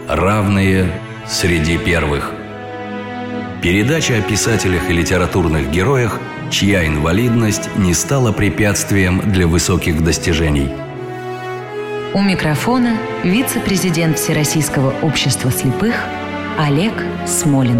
Равные среди первых. Передача о писателях и литературных героях, чья инвалидность не стала препятствием для высоких достижений. У микрофона вице-президент Всероссийского общества слепых Олег Смолин.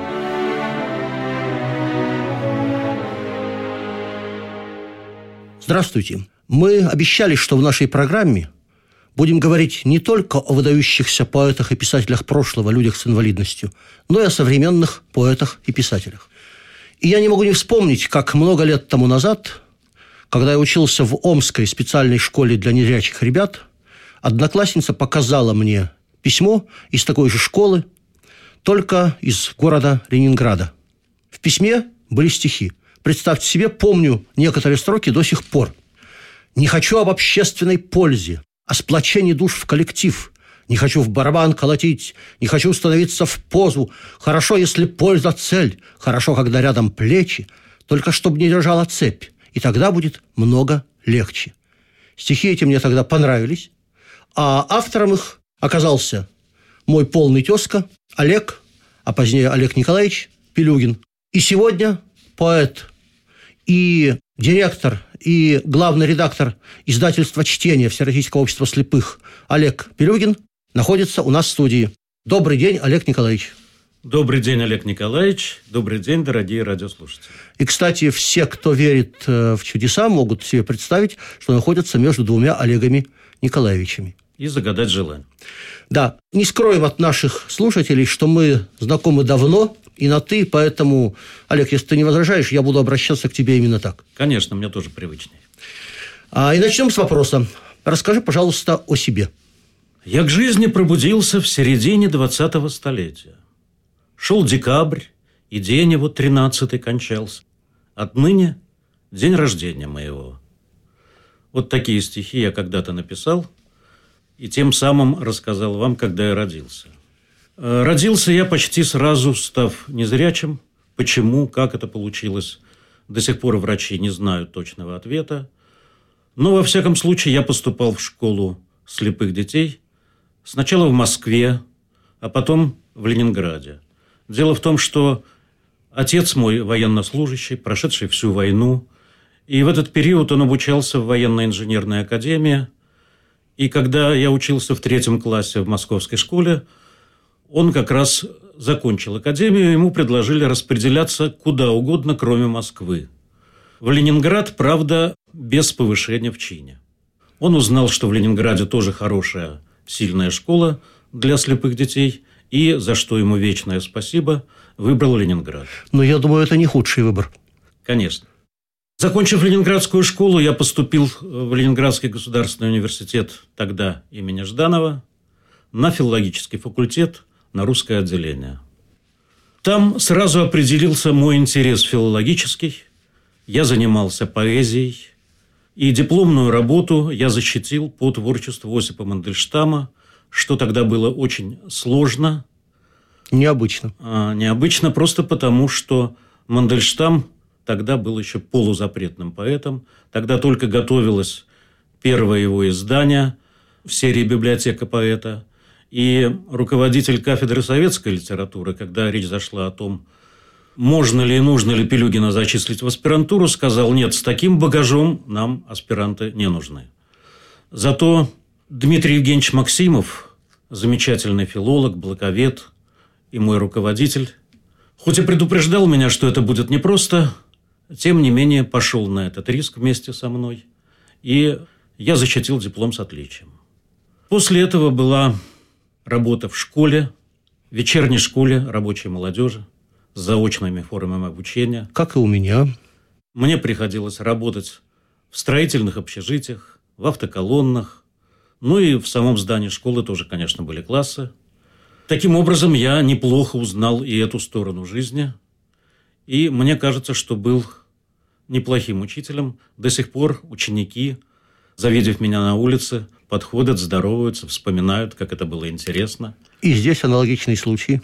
Здравствуйте. Мы обещали, что в нашей программе будем говорить не только о выдающихся поэтах и писателях прошлого, людях с инвалидностью, но и о современных поэтах и писателях. И я не могу не вспомнить, как много лет тому назад, когда я учился в Омской специальной школе для незрячих ребят, одноклассница показала мне письмо из такой же школы, только из города Ленинграда. В письме были стихи. Представьте себе, помню некоторые строки до сих пор. «Не хочу об общественной пользе, о сплочении душ в коллектив. Не хочу в барабан колотить, не хочу становиться в позу. Хорошо, если польза цель, хорошо, когда рядом плечи, только чтобы не держала цепь, и тогда будет много легче». Стихи эти мне тогда понравились, а автором их оказался мой полный тезка Олег, а позднее Олег Николаевич Пилюгин. И сегодня поэт и директор, и главный редактор издательства «Чтение» Всероссийского общества слепых Олег Пилюгин находится у нас в студии. Добрый день, Олег Николаевич. Добрый день, Олег Николаевич. Добрый день, дорогие радиослушатели. И, кстати, все, кто верит в чудеса, могут себе представить, что находятся между двумя Олегами Николаевичами. И загадать желание. Да, не скроем от наших слушателей, что мы знакомы давно и на «ты», поэтому, Олег, если ты не возражаешь, я буду обращаться к тебе именно так. Конечно, мне тоже привычнее. И начнем с вопроса. Расскажи, пожалуйста, о себе. Я к жизни пробудился в середине 20-го столетия. Шел декабрь, и день его 13-й кончался. Отныне день рождения моего. Вот такие стихи я когда-то написал, и тем самым рассказал вам, когда я родился. Родился я почти сразу, став незрячим. Почему, как это получилось, до сих пор врачи не знают точного ответа. Но, во всяком случае, я поступал в школу слепых детей. Сначала в Москве, а потом в Ленинграде. Дело в том, что отец мой военнослужащий, прошедший всю войну, и в этот период он обучался в военной инженерной академии. И когда я учился в 3 классе в московской школе, он как раз закончил академию, ему предложили распределяться куда угодно, кроме Москвы. В Ленинград, правда, без повышения в чине. Он узнал, что в Ленинграде тоже хорошая, сильная школа для слепых детей, и, за что ему вечное спасибо, выбрал Ленинград. Но я думаю, это не худший выбор. Конечно. Закончив Ленинградскую школу, я поступил в Ленинградский государственный университет, тогда имени Жданова, на филологический факультет, на русское отделение. Там сразу определился мой интерес филологический. Я занимался поэзией. И дипломную работу я защитил по творчеству Осипа Мандельштама, что тогда было очень сложно. Необычно. Необычно просто потому, что Мандельштам тогда был еще полузапретным поэтом. Тогда только готовилось первое его издание в серии «Библиотека поэта». И руководитель кафедры советской литературы, когда речь зашла о том, можно ли и нужно ли Пилюгина зачислить в аспирантуру, сказал: нет, с таким багажом нам аспиранты не нужны. Зато Дмитрий Евгеньевич Максимов, замечательный филолог, блоковед и мой руководитель, хоть и предупреждал меня, что это будет непросто, тем не менее пошел на этот риск вместе со мной, и я защитил диплом с отличием. После этого была работа в школе, вечерней школе рабочей молодежи, с заочными формами обучения. Как и у меня. Мне приходилось работать в строительных общежитиях, в автоколоннах, ну и в самом здании школы тоже, конечно, были классы. Таким образом, я неплохо узнал и эту сторону жизни. И мне кажется, что был неплохим учителем. До сих пор ученики, завидев меня на улице, подходят, здороваются, вспоминают, как это было интересно. И здесь аналогичный случай.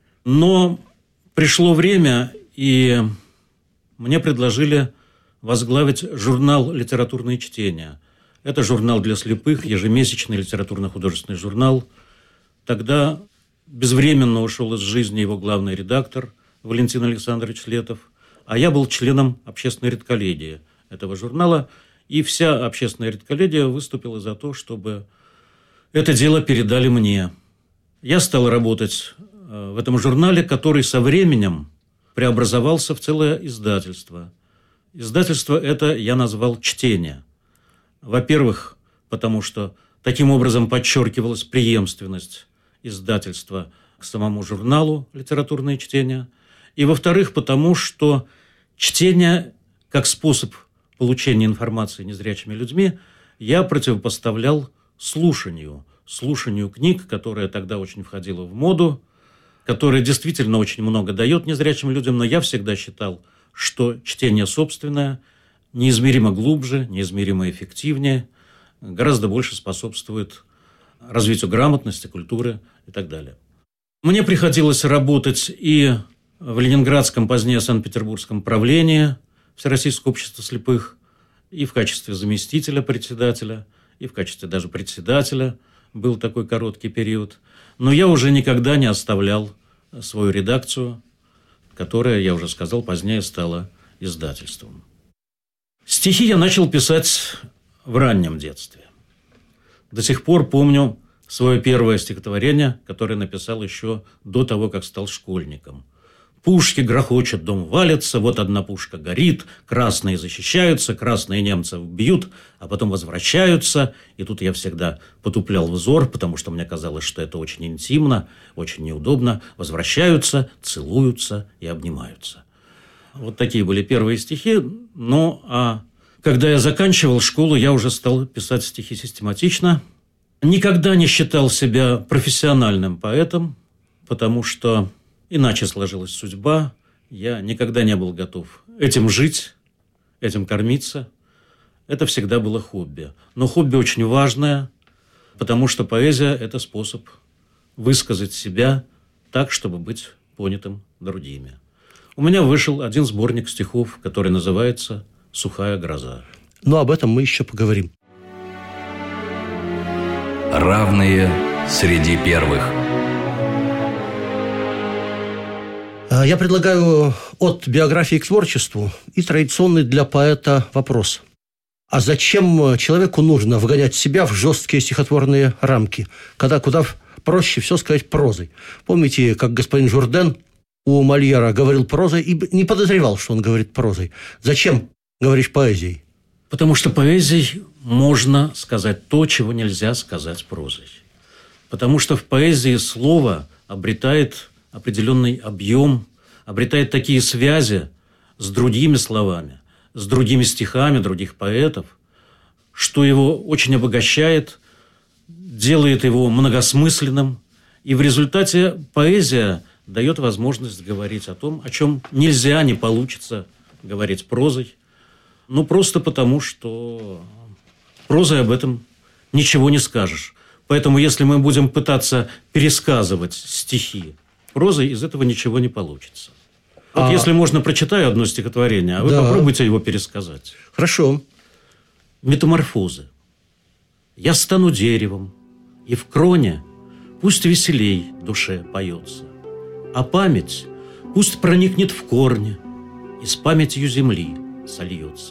Но пришло время, и мне предложили возглавить журнал «Литературные чтения». Это журнал для слепых, ежемесячный литературно-художественный журнал. Тогда безвременно ушел из жизни его главный редактор Валентин Александрович Летов, а я был членом общественной редколлегии этого журнала, и вся общественная редколлегия выступила за то, чтобы это дело передали мне. Я стал работать в этом журнале, который со временем преобразовался в целое издательство. Издательство это я назвал «Чтение». Во-первых, потому что таким образом подчеркивалась преемственность издательства к самому журналу «Литературное чтение». И, во-вторых, потому что чтение как способ получения информации незрячими людьми я противопоставлял слушанию книг, которая тогда очень входила в моду, которая действительно очень много дает незрячим людям, но я всегда считал, что чтение собственное неизмеримо глубже, неизмеримо эффективнее, гораздо больше способствует развитию грамотности, культуры и так далее. Мне приходилось работать и в Ленинградском, позднее Санкт-Петербургском правлении Всероссийского общества слепых, и в качестве заместителя председателя, и в качестве даже председателя. Был такой короткий период. Но я уже никогда не оставлял свою редакцию, которая, я уже сказал, позднее стала издательством. Стихи я начал писать в раннем детстве. До сих пор помню свое первое стихотворение, которое написал еще до того, как стал школьником. «Пушки грохочут, дом валится, вот одна пушка горит, красные защищаются, красные немцев бьют, а потом возвращаются». И тут я всегда потуплял взор, потому что мне казалось, что это очень интимно, очень неудобно. Возвращаются, целуются и обнимаются. Вот такие были первые стихи. Ну, а когда я заканчивал школу, я уже стал писать стихи систематично. Никогда не считал себя профессиональным поэтом, потому что иначе сложилась судьба. Я никогда не был готов этим жить, этим кормиться. Это всегда было хобби. Но хобби очень важное, потому что поэзия – это способ высказать себя так, чтобы быть понятым другими. У меня вышел один сборник стихов, который называется «Сухая гроза». Но об этом мы еще поговорим. Равные среди первых. Я предлагаю от биографии к творчеству и традиционный для поэта вопрос. А зачем человеку нужно вгонять себя в жесткие стихотворные рамки, когда куда проще все сказать прозой? Помните, как господин Журден у Мольера говорил прозой и не подозревал, что он говорит прозой? Зачем говоришь поэзией? Потому что поэзией можно сказать то, чего нельзя сказать прозой. Потому что в поэзии слово обретает определенный объем, обретает такие связи с другими словами, с другими стихами других поэтов, что его очень обогащает, делает его многосмысленным. И в результате поэзия дает возможность говорить о том, о чем нельзя, не получится говорить прозой. Ну, просто потому, что прозой об этом ничего не скажешь. Поэтому, если мы будем пытаться пересказывать стихи прозой, из этого ничего не получится. Вот если можно, прочитаю одно стихотворение, а вы попробуйте его пересказать. Хорошо. Метаморфозы. Я стану деревом, и в кроне пусть веселей душе поется, а память пусть проникнет в корни и с памятью земли сольется.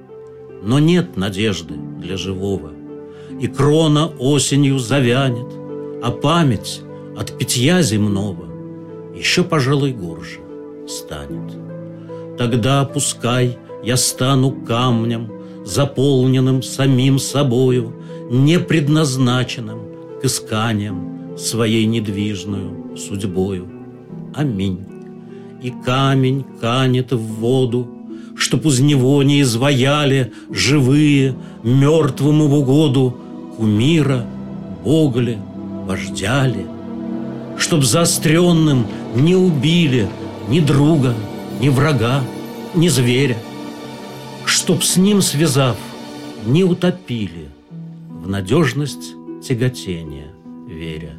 Но нет надежды для живого, и крона осенью завянет, а память от питья земного еще, пожалуй, горше станет. Тогда пускай я стану камнем, заполненным самим собою, не предназначенным к исканиям своей недвижную судьбою. Аминь. И камень канет в воду, чтоб из него не изваяли живые, мертвому в угоду кумира, бога ли, вождя ли, чтоб заостренным не убили ни друга, ни врага, ни зверя, чтоб с ним связав не утопили в надежность тяготения веря.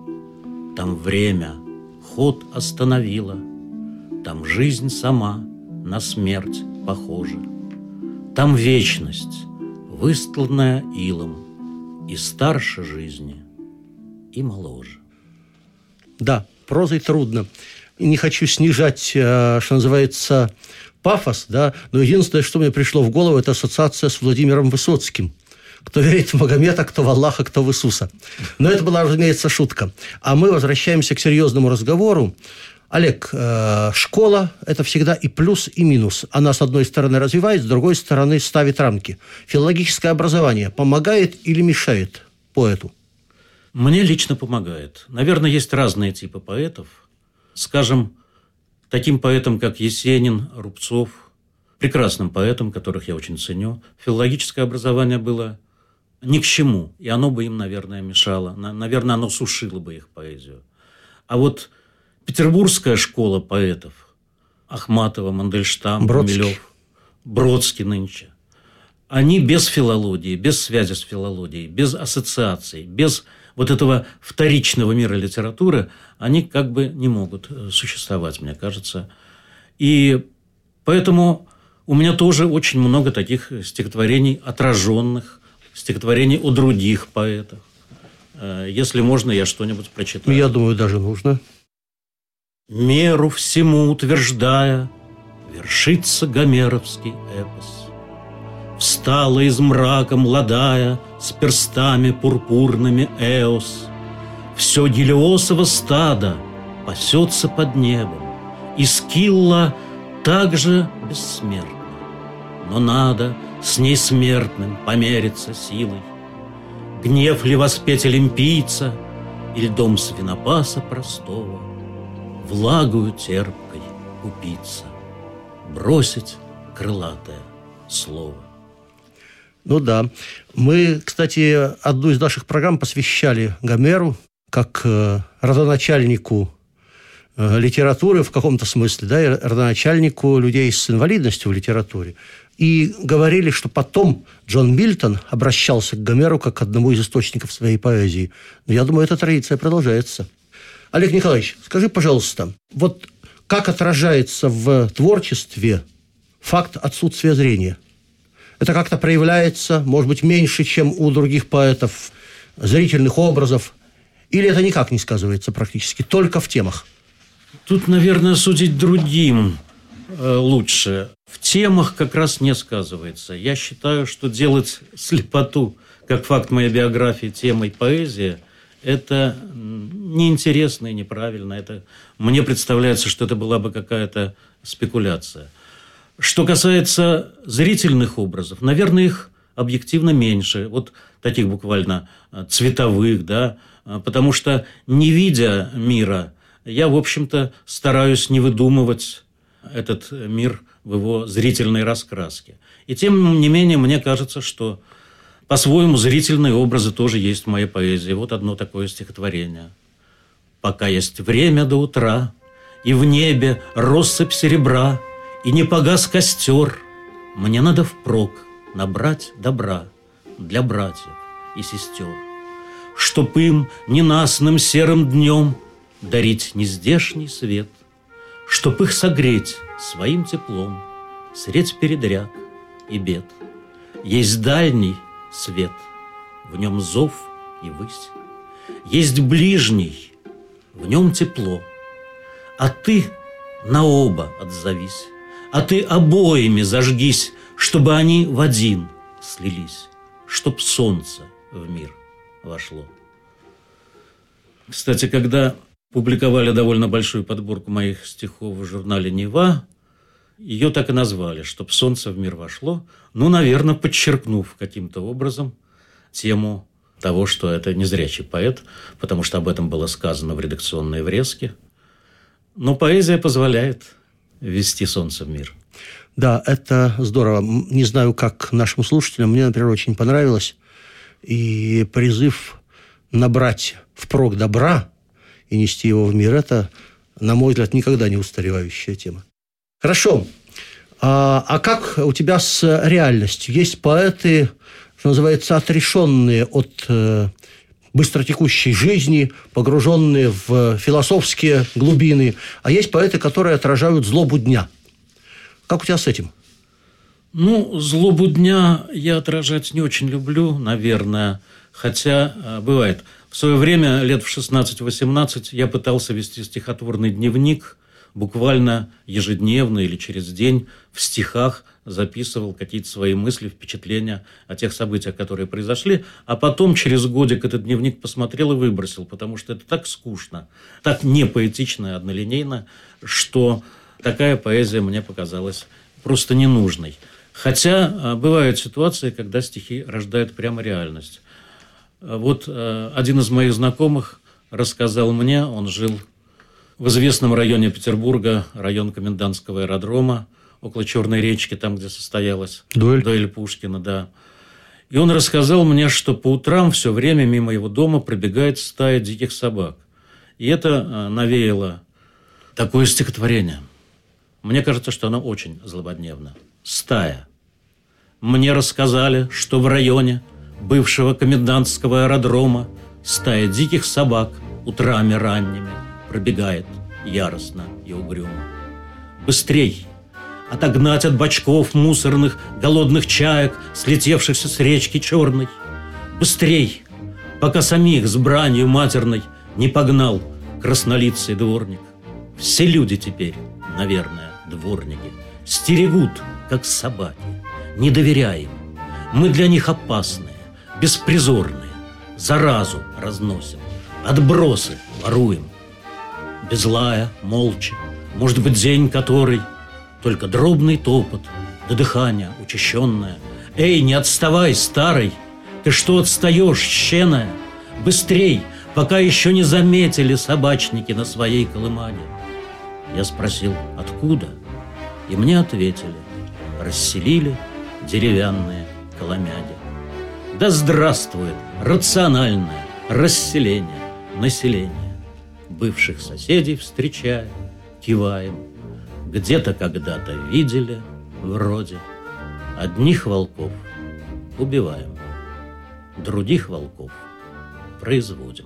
Там время ход остановило, там жизнь сама на смерть похожа, там вечность, выстланная илом, и старше жизни, и моложе. Да, прозой трудно. Не хочу снижать, что называется, пафос, да, но единственное, что мне пришло в голову, это ассоциация с Владимиром Высоцким. Кто верит в Магомета, кто в Аллаха, кто в Иисуса. Но это была, разумеется, шутка. А мы возвращаемся к серьезному разговору. Олег, школа – это всегда и плюс, и минус. Она, с одной стороны, развивает, с другой стороны, ставит рамки. Филологическое образование помогает или мешает поэту? Мне лично помогает. Наверное, есть разные типы поэтов. Скажем, таким поэтам, как Есенин, Рубцов, прекрасным поэтам, которых я очень ценю, филологическое образование было ни к чему, и оно бы им, наверное, мешало. Наверное, оно сушило бы их поэзию. А вот петербургская школа поэтов, Ахматова, Мандельштам, Гумилев, Бродский нынче, они без филологии, без связи с филологией, без ассоциаций, без вот этого вторичного мира литературы, они как бы не могут существовать, мне кажется. И поэтому у меня тоже очень много таких стихотворений отраженных, стихотворений о других поэтах. Если можно, я что-нибудь прочитаю. Я думаю, даже нужно. Меру всему утверждая, вершится гомеровский эпос. Встала из мрака молодая, с перстами пурпурными Эос. Все Гелиосово стадо пасется под небом, и Скилла также бессмертна. Но надо с ней смертным помериться силой. Гнев ли воспеть олимпийца, или дом свинопаса простого, влагою терпкой упиться, бросить крылатое слово. Ну да. Мы, кстати, одну из наших программ посвящали Гомеру как родоначальнику литературы в каком-то смысле, да, и родоначальнику людей с инвалидностью в литературе. И говорили, что потом Джон Мильтон обращался к Гомеру как к одному из источников своей поэзии. Но я думаю, эта традиция продолжается. Олег Николаевич, скажи, пожалуйста, вот как отражается в творчестве факт отсутствия зрения? Это как-то проявляется, может быть, меньше, чем у других поэтов, зрительных образов? Или это никак не сказывается практически, только в темах? Тут, наверное, судить другим лучше. В темах как раз не сказывается. Я считаю, что делать слепоту, как факт моей биографии, темой поэзии, это неинтересно и неправильно. Это, мне представляется, что это была бы какая-то спекуляция. Что касается зрительных образов, наверное, их объективно меньше. Вот таких буквально цветовых, да, потому что, не видя мира, я, в общем-то, стараюсь не выдумывать этот мир в его зрительной раскраске. И тем не менее, мне кажется, что по-своему зрительные образы тоже есть в моей поэзии. Вот одно такое стихотворение. «Пока есть время до утра, и в небе россыпь серебра, и не погас костер, мне надо впрок набрать добра для братьев и сестер, чтоб им ненастным серым днем дарить нездешний свет, чтоб их согреть своим теплом средь передряг и бед. Есть дальний свет, в нем зов и высь, есть ближний, в нем тепло, а ты на оба отзовись, а ты обоими зажгись, чтобы они в один слились, чтоб солнце в мир вошло». Кстати, когда публиковали довольно большую подборку моих стихов в журнале «Нева», ее так и назвали «Чтоб солнце в мир вошло», ну, наверное, подчеркнув каким-то образом тему того, что это незрячий поэт, потому что об этом было сказано в редакционной врезке. Но поэзия позволяет ввести солнце в мир. Да, это здорово. Не знаю, как нашим слушателям, мне, например, очень понравилось. И призыв набрать впрок добра и нести его в мир, это, на мой взгляд, никогда не устаревающая тема. Хорошо. А как у тебя с реальностью? Есть поэты, что называется, отрешенные от быстротекущей жизни, погруженные в философские глубины, а есть поэты, которые отражают злобу дня. Как у тебя с этим? Злобу дня я отражать не очень люблю, наверное. Хотя бывает. В свое время, лет в 16-18, я пытался вести стихотворный дневник. Буквально ежедневно или через день в стихах записывал какие-то свои мысли, впечатления о тех событиях, которые произошли. А потом через годик этот дневник посмотрел и выбросил, потому что это так скучно, так непоэтично и однолинейно, что такая поэзия мне показалась просто ненужной. Хотя бывают ситуации, когда стихи рождают прямо реальность. Вот один из моих знакомых рассказал мне, он жил в известном районе Петербурга, район Комендантского аэродрома, около Черной речки, там, где состоялась дуэль Пушкина, да. И он рассказал мне, что по утрам все время мимо его дома пробегает стая диких собак. И это навеяло такое стихотворение. Мне кажется, что оно очень злободневно. «Стая. Мне рассказали, что в районе бывшего комендантского аэродрома стая диких собак утрами ранними пробегает яростно и угрюмо. Быстрей! Отогнать от бочков мусорных голодных чаек, слетевшихся с речки черной. Быстрей! Пока самих с бранью матерной не погнал краснолицый дворник. Все люди теперь, наверное, дворники, стерегут, как собаки, не доверяем. Мы для них опасные, беспризорные, заразу разносим, отбросы воруем. Без лая, молча, может быть, день который, только дробный топот, да дыхание учащенное. Эй, не отставай, старый, ты что отстаешь, щеная? Быстрей, пока еще не заметили собачники на своей колымаге. Я спросил, откуда? И мне ответили, расселили деревянные коломяги. Да здравствует рациональное расселение населения. Бывших соседей встречая, киваем. Где-то когда-то видели, вроде. Одних волков убиваем, других волков производим.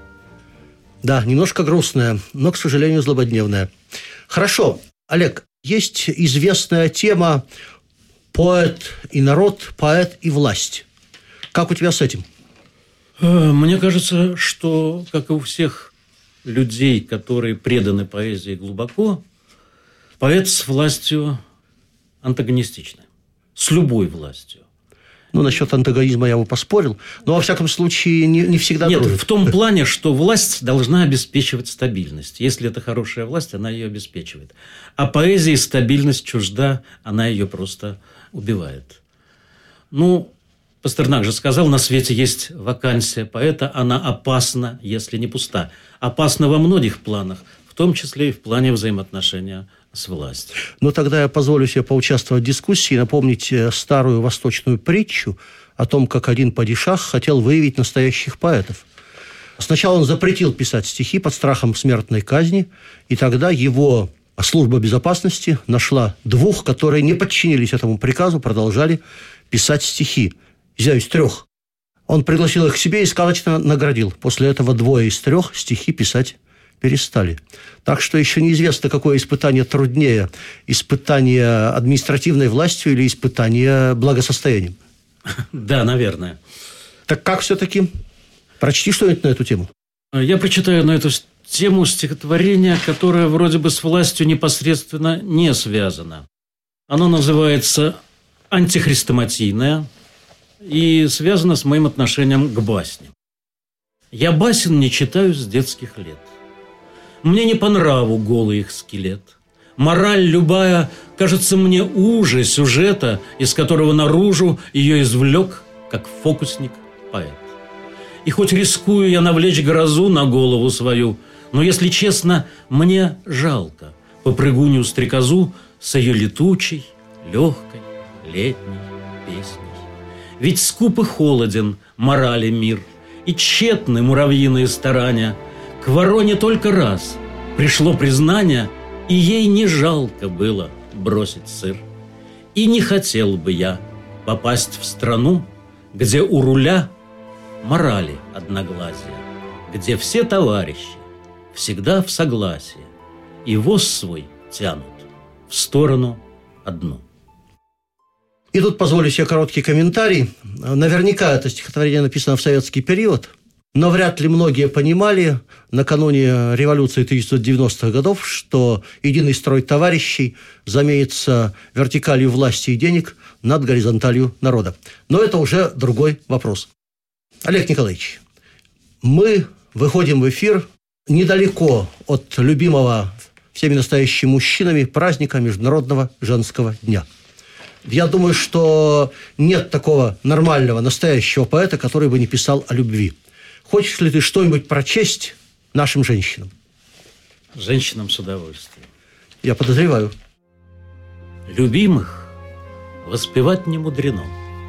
Да, немножко грустная, но, к сожалению, злободневная. Хорошо, Олег, есть известная тема «Поэт и народ, поэт и власть». Как у тебя с этим? Мне кажется, что, как и у всех людей, которые преданы поэзии глубоко, поэт с властью антагонистичны. С любой властью. Насчет антагонизма я бы поспорил, но, во всяком случае, не всегда Нет, дружит. в том плане, что власть должна обеспечивать стабильность. Если это хорошая власть, она ее обеспечивает. А поэзии стабильность чужда, она ее просто убивает. Пастернак же сказал, на свете есть вакансия поэта, она опасна, если не пуста. Опасна во многих планах, в том числе и в плане взаимоотношения с властью. Тогда я позволю себе поучаствовать в дискуссии и напомнить старую восточную притчу о том, как один падишах хотел выявить настоящих поэтов. Сначала он запретил писать стихи под страхом смертной казни, и тогда его служба безопасности нашла двух, которые не подчинились этому приказу, продолжали писать стихи. Извиняюсь, 3. Он пригласил их к себе и сказочно наградил. После этого 2 из 3 стихи писать перестали. Так что еще неизвестно, какое испытание труднее. Испытание административной властью или испытание благосостоянием. Да, наверное. Так как все-таки? Прочти что-нибудь на эту тему. Я прочитаю на эту тему стихотворение, которое вроде бы с властью непосредственно не связано. Оно называется «Антихрестоматийное» и связано с моим отношением к басням. «Я басен не читаю с детских лет. Мне не по нраву голый их скелет. Мораль любая кажется мне уже сюжета, из которого наружу ее извлек, как фокусник, поэт. И хоть рискую я навлечь грозу на голову свою, но, если честно, мне жалко попрыгунью-стрекозу с ее летучей, легкой, летней песней. Ведь скуп и холоден морали мир, и тщетны муравьиные старания. К вороне только раз пришло признание, и ей не жалко было бросить сыр. И не хотел бы я попасть в страну, где у руля морали одногласия, где все товарищи всегда в согласии и воз свой тянут в сторону одну». И тут позволю себе короткий комментарий. Наверняка это стихотворение написано в советский период, но вряд ли многие понимали накануне революции 1990-х годов, что единый строй товарищей заменится вертикалью власти и денег над горизонталью народа. Но это уже другой вопрос. Олег Николаевич, мы выходим в эфир недалеко от любимого всеми настоящими мужчинами праздника Международного женского дня. Я думаю, что нет такого нормального, настоящего поэта, который бы не писал о любви. Хочешь ли ты что-нибудь прочесть нашим женщинам? Женщинам с удовольствием. Я подозреваю. Любимых воспевать не мудрено.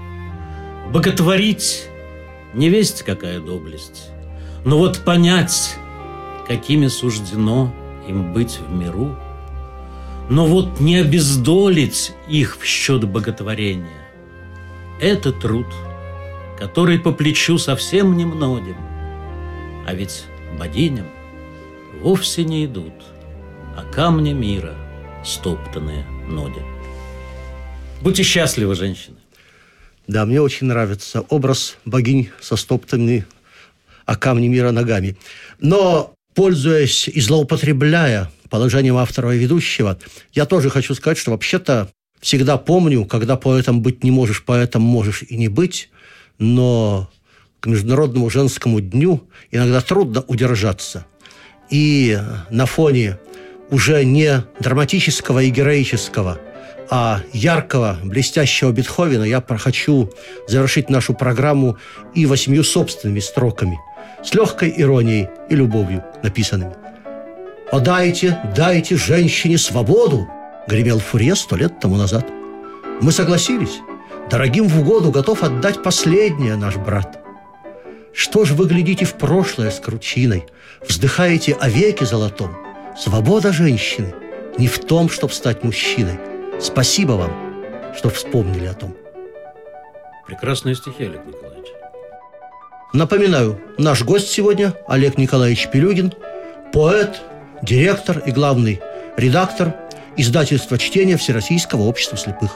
Боготворить не весть какая доблесть. Но вот понять, какими суждено им быть в миру, но вот не обездолить их в счет боготворения – это труд, который по плечу совсем немногим. А ведь богиням вовсе не идут, а камни мира стоптанные ноги. Будьте счастливы, женщины. Да, мне очень нравится образ богинь со стоптанными о камни мира ногами. Но, пользуясь и злоупотребляя положением автора и ведущего, я тоже хочу сказать, что вообще-то всегда помню, когда поэтом быть не можешь, поэтом можешь и не быть, но к Международному женскому дню иногда трудно удержаться. И на фоне уже не драматического и героического, а яркого, блестящего Бетховена я хочу завершить нашу программу и 8 собственными строками, с легкой иронией и любовью написанными. «О, дайте женщине свободу!» — гремел Фурье 100 лет тому назад. Мы согласились. Дорогим в угоду готов отдать последнее наш брат. Что ж вы глядите в прошлое с кручиной, вздыхаете о веке золотом? Свобода женщины не в том, чтоб стать мужчиной. Спасибо вам, что вспомнили о том. Прекрасные стихи, Олег Николаевич. Напоминаю, наш гость сегодня Олег Николаевич Пелюгин, поэт, директор и главный редактор издательства «Чтение» Всероссийского общества слепых.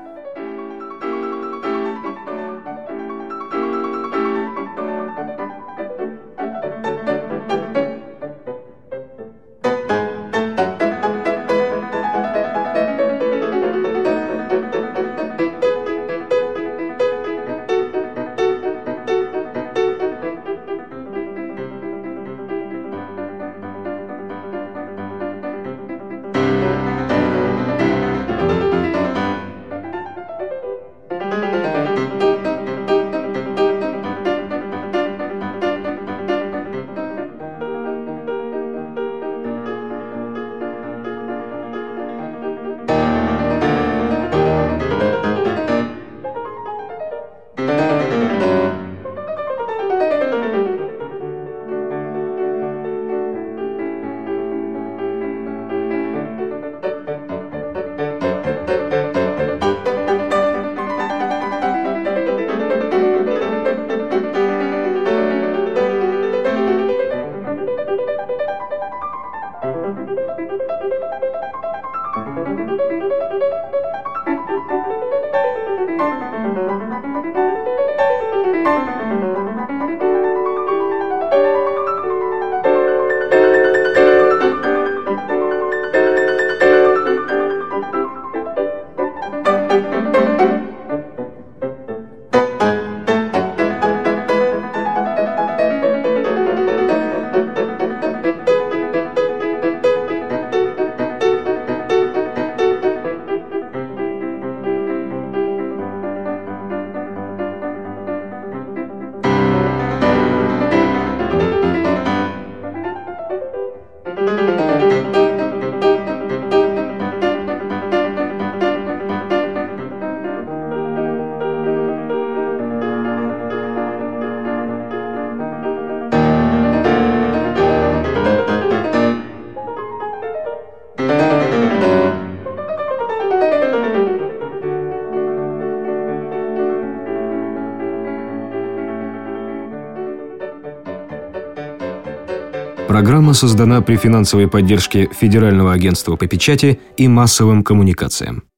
Программа создана при финансовой поддержке Федерального агентства по печати и массовым коммуникациям.